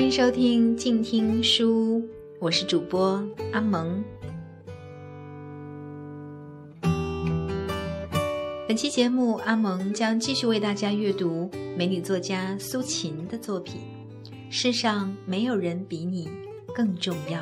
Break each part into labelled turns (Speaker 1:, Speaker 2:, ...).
Speaker 1: 迎收听静听书，我是主播阿蒙。本期节目，阿蒙将继续为大家阅读美女作家苏秦的作品《世上没有人比你更重要》。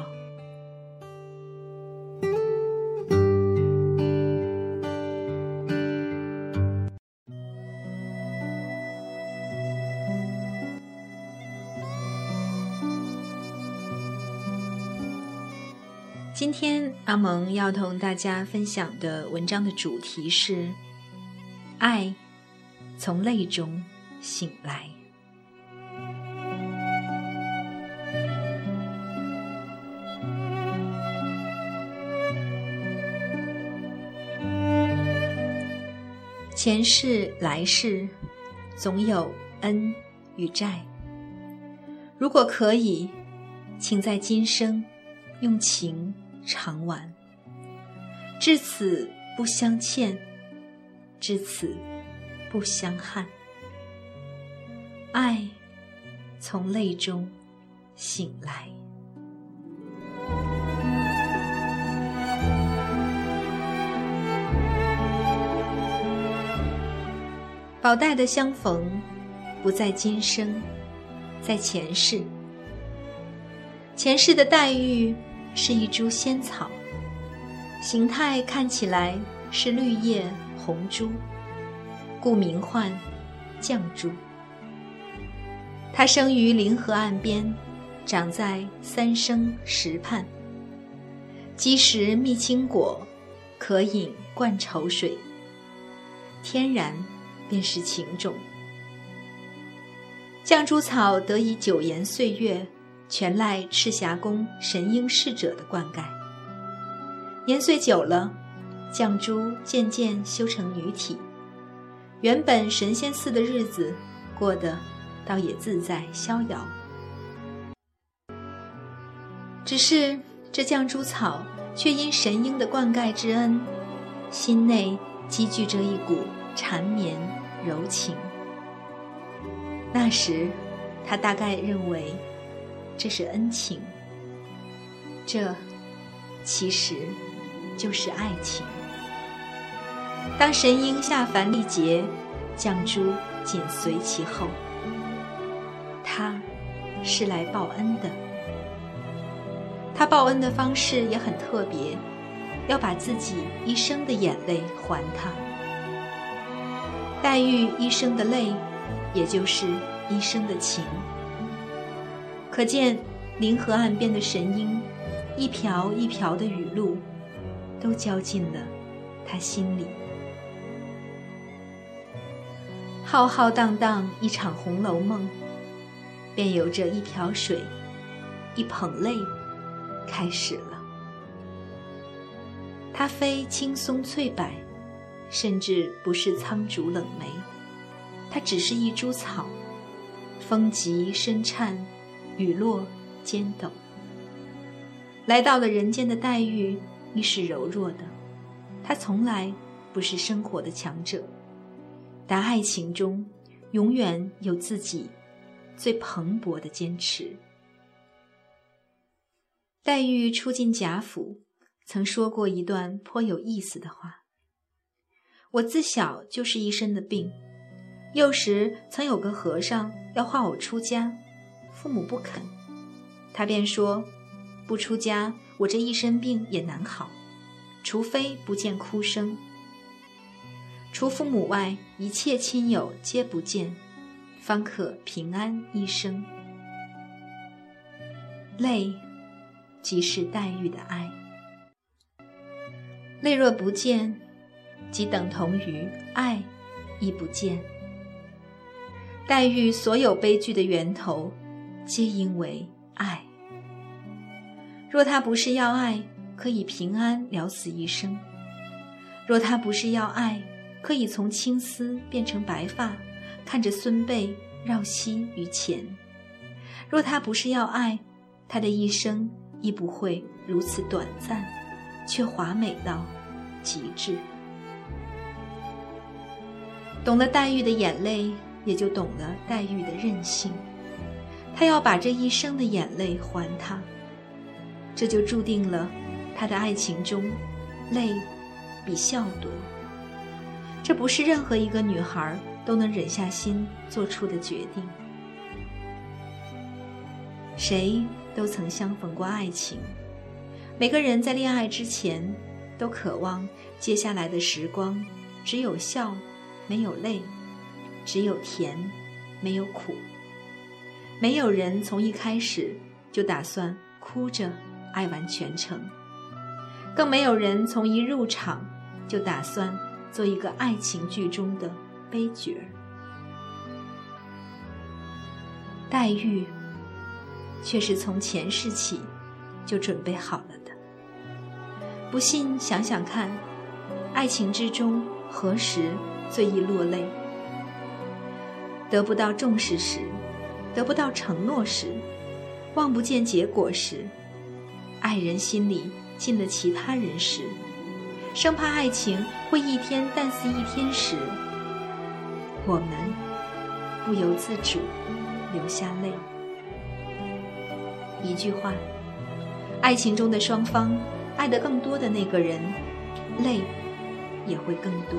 Speaker 1: 今天阿蒙要同大家分享的文章的主题是爱从泪中醒来。前世来世总有恩与债，如果可以，请在今生用情偿还，至此不相欠，至此不相憾。爱从泪中醒来。宝黛的相逢不在今生，在前世。前世的黛玉是一株仙草，形态看起来是绿叶红珠，故名唤绛珠。它生于临河岸边，长在三生石畔，积食蜜青果，可饮灌稠水，天然便是情种。绛珠草得以久延岁月，全赖赤霞宫神瑛侍者的灌溉。年岁久了，绛珠渐渐修成女体，原本神仙似的日子过得倒也自在逍遥。只是这绛珠草却因神瑛的灌溉之恩，心内积聚着一股缠绵柔情。那时他大概认为这是恩情，这其实就是爱情。当神瑛下凡历劫，绛珠紧随其后，他是来报恩的。他报恩的方式也很特别，要把自己一生的眼泪还他。黛玉一生的泪，也就是一生的情。可见临河岸边的神瑛，一瓢一瓢的雨露，都浇进了他心里。浩浩荡荡一场《红楼梦》，便由这一瓢水，一捧泪开始了。它非青松翠柏，甚至不是苍竹冷梅，它只是一株草，风急声颤，雨落尖陡。来到了人间的黛玉亦是柔弱的，她从来不是生活的强者，但爱情中永远有自己最蓬勃的坚持。黛玉初进贾府，曾说过一段颇有意思的话：我自小就是一身的病，幼时曾有个和尚要画我出家，父母不肯，他便说，不出家，我这一身病也难好，除非不见哭声。除父母外，一切亲友皆不见，方可平安一生。泪即是黛玉的爱，泪若不见，即等同于爱亦不见。黛玉所有悲剧的源头，皆因为爱。若她不是要爱，可以平安了死一生；若她不是要爱，可以从青丝变成白发，看着孙辈绕膝于前；若她不是要爱，她的一生亦不会如此短暂，却华美到极致。懂了黛玉的眼泪，也就懂了黛玉的任性。 他要把这一生的眼泪还他，这就注定了他的爱情中泪比笑多。这不是任何一个女孩都能忍下心做出的决定。谁都曾相逢过爱情，每个人在恋爱之前都渴望接下来的时光只有笑没有泪，只有甜没有苦。没有人从一开始就打算哭着爱完全程，更没有人从一入场就打算做一个爱情剧中的悲角。黛玉却是从前世起就准备好了的。不信想想看，爱情之中何时最易落泪？得不到重视时，得不到承诺时，望不见结果时，爱人心里进了其他人时，生怕爱情会一天淡似一天时，我们不由自主流下泪。一句话，爱情中的双方，爱得更多的那个人，泪也会更多。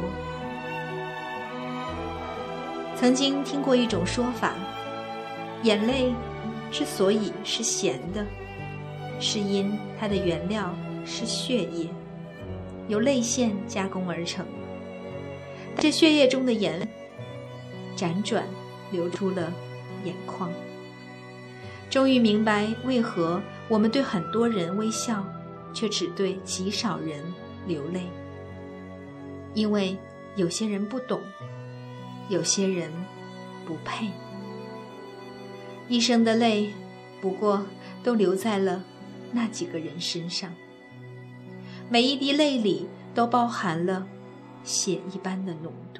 Speaker 1: 曾经听过一种说法，眼泪之所以是咸的，是因它的原料是血液，由泪腺加工而成。这血液中的盐辗转流出了眼眶。终于明白为何我们对很多人微笑，却只对极少人流泪。因为有些人不懂，有些人不配。一生的泪不过都流在了那几个人身上，每一滴泪里都包含了血一般的浓度。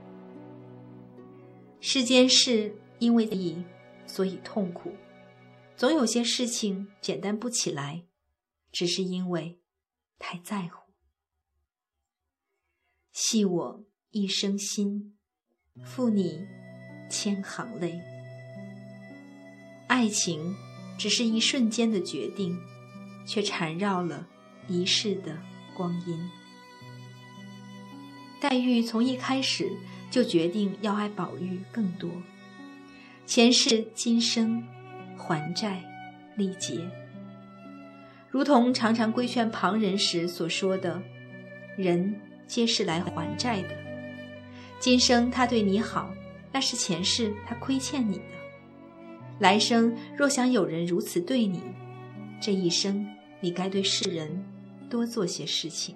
Speaker 1: 世间事因为意所以痛苦，总有些事情简单不起来，只是因为太在乎。系我一生心，负你千行泪。爱情只是一瞬间的决定，却缠绕了一世的光阴。黛玉从一开始就决定要爱宝玉更多，前世今生还债历劫，如同常常规劝旁人时所说的，人皆是来还债的。今生他对你好，那是前世他亏欠你的。来生若想有人如此对你，这一生你该对世人多做些事情。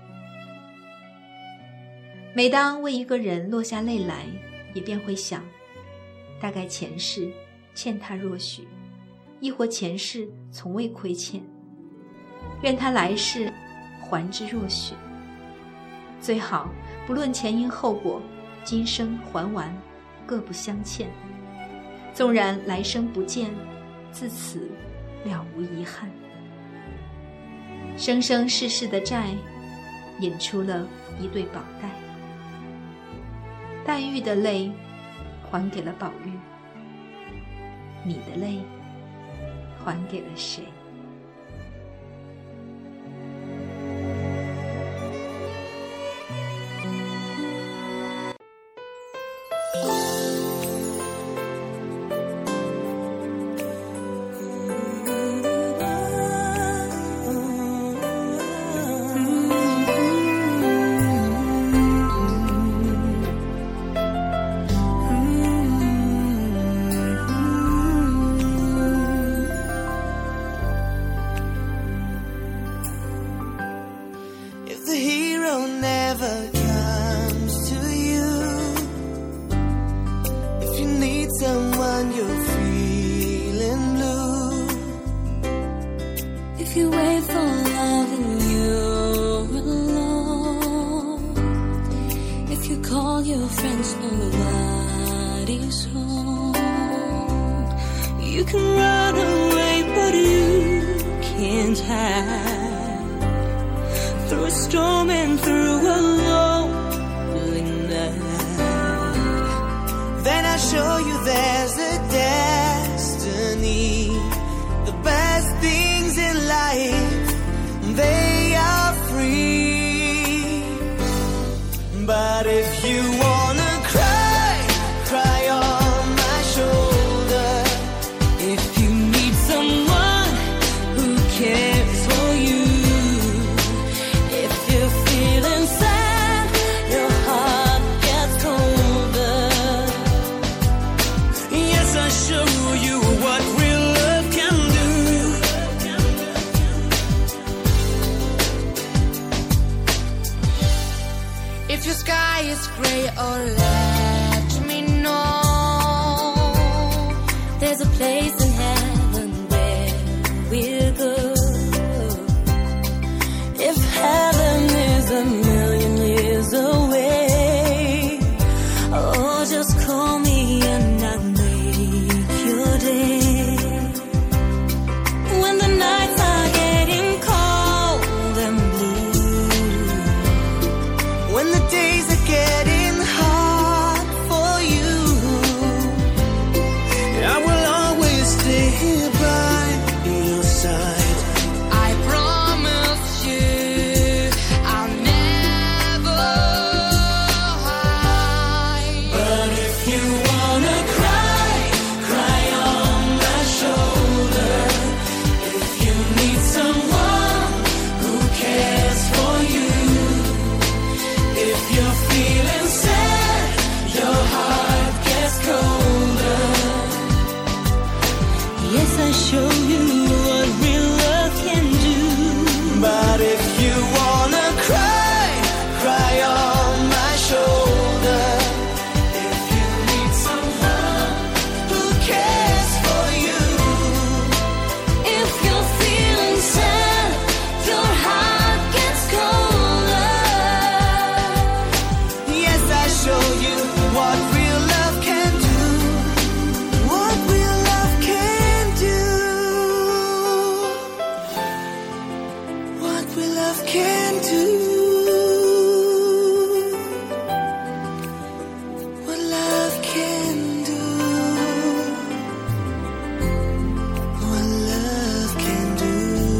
Speaker 1: 每当为一个人落下泪来，也便会想，大概前世欠他若许，亦或前世从未亏欠，愿他来世还之若许。最好不论前因后果，今生还完，各不相欠。纵然来生不见，自此了无遗憾。生生世世的债，引出了一对宝带。黛玉的泪还给了宝玉，你的泪还给了谁？
Speaker 2: If you wait for love and you're alone, if you call your friends, nobody's home. You can run away, but you can't hide through a storm and through a lonely night. Then I'll show you there's a destiny
Speaker 3: if you wanna cry, cry on my shoulder. If you need someone who cares for you, if you're feeling sad, your heart gets colder. Yes, I show you what real love can do. If your sky is gray, or let me know.
Speaker 2: There's a place in heaven where we'll go. If heaven is a million years away, oh, just call me and I'll make your day. When the nights are getting cold and blue,
Speaker 3: When the days are getting hard for you, I will always stay here by your side. I promise you I'll never hide. But if you wanna cry, cry on my shoulder. If you need someone who cares for you, if you're feeling sad, your heart gets colder.
Speaker 2: yes, I show you what real love can do.
Speaker 3: But if you wanna cry, cry on my shoulder. If you need someone who cares for you,
Speaker 2: If you're feeling sad, your heart gets colder.
Speaker 3: yes, I show you what real love can do. What real love can do. What real love can do. What love can do. What love can do.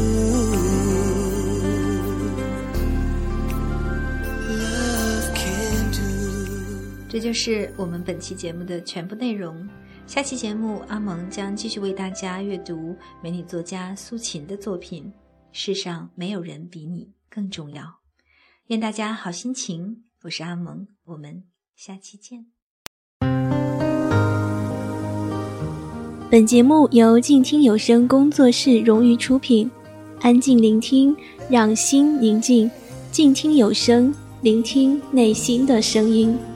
Speaker 3: Love can do.
Speaker 1: 这就是我们本期节目的全部内容。下期节目，阿蒙将继续为大家阅读美女作家苏秦的作品《世上没有人比你更重要》。愿大家好心情，我是阿蒙，我们下期见。
Speaker 4: 本节目由静听有声工作室荣誉出品，安静聆听，让心宁静，静听有声，聆听内心的声音。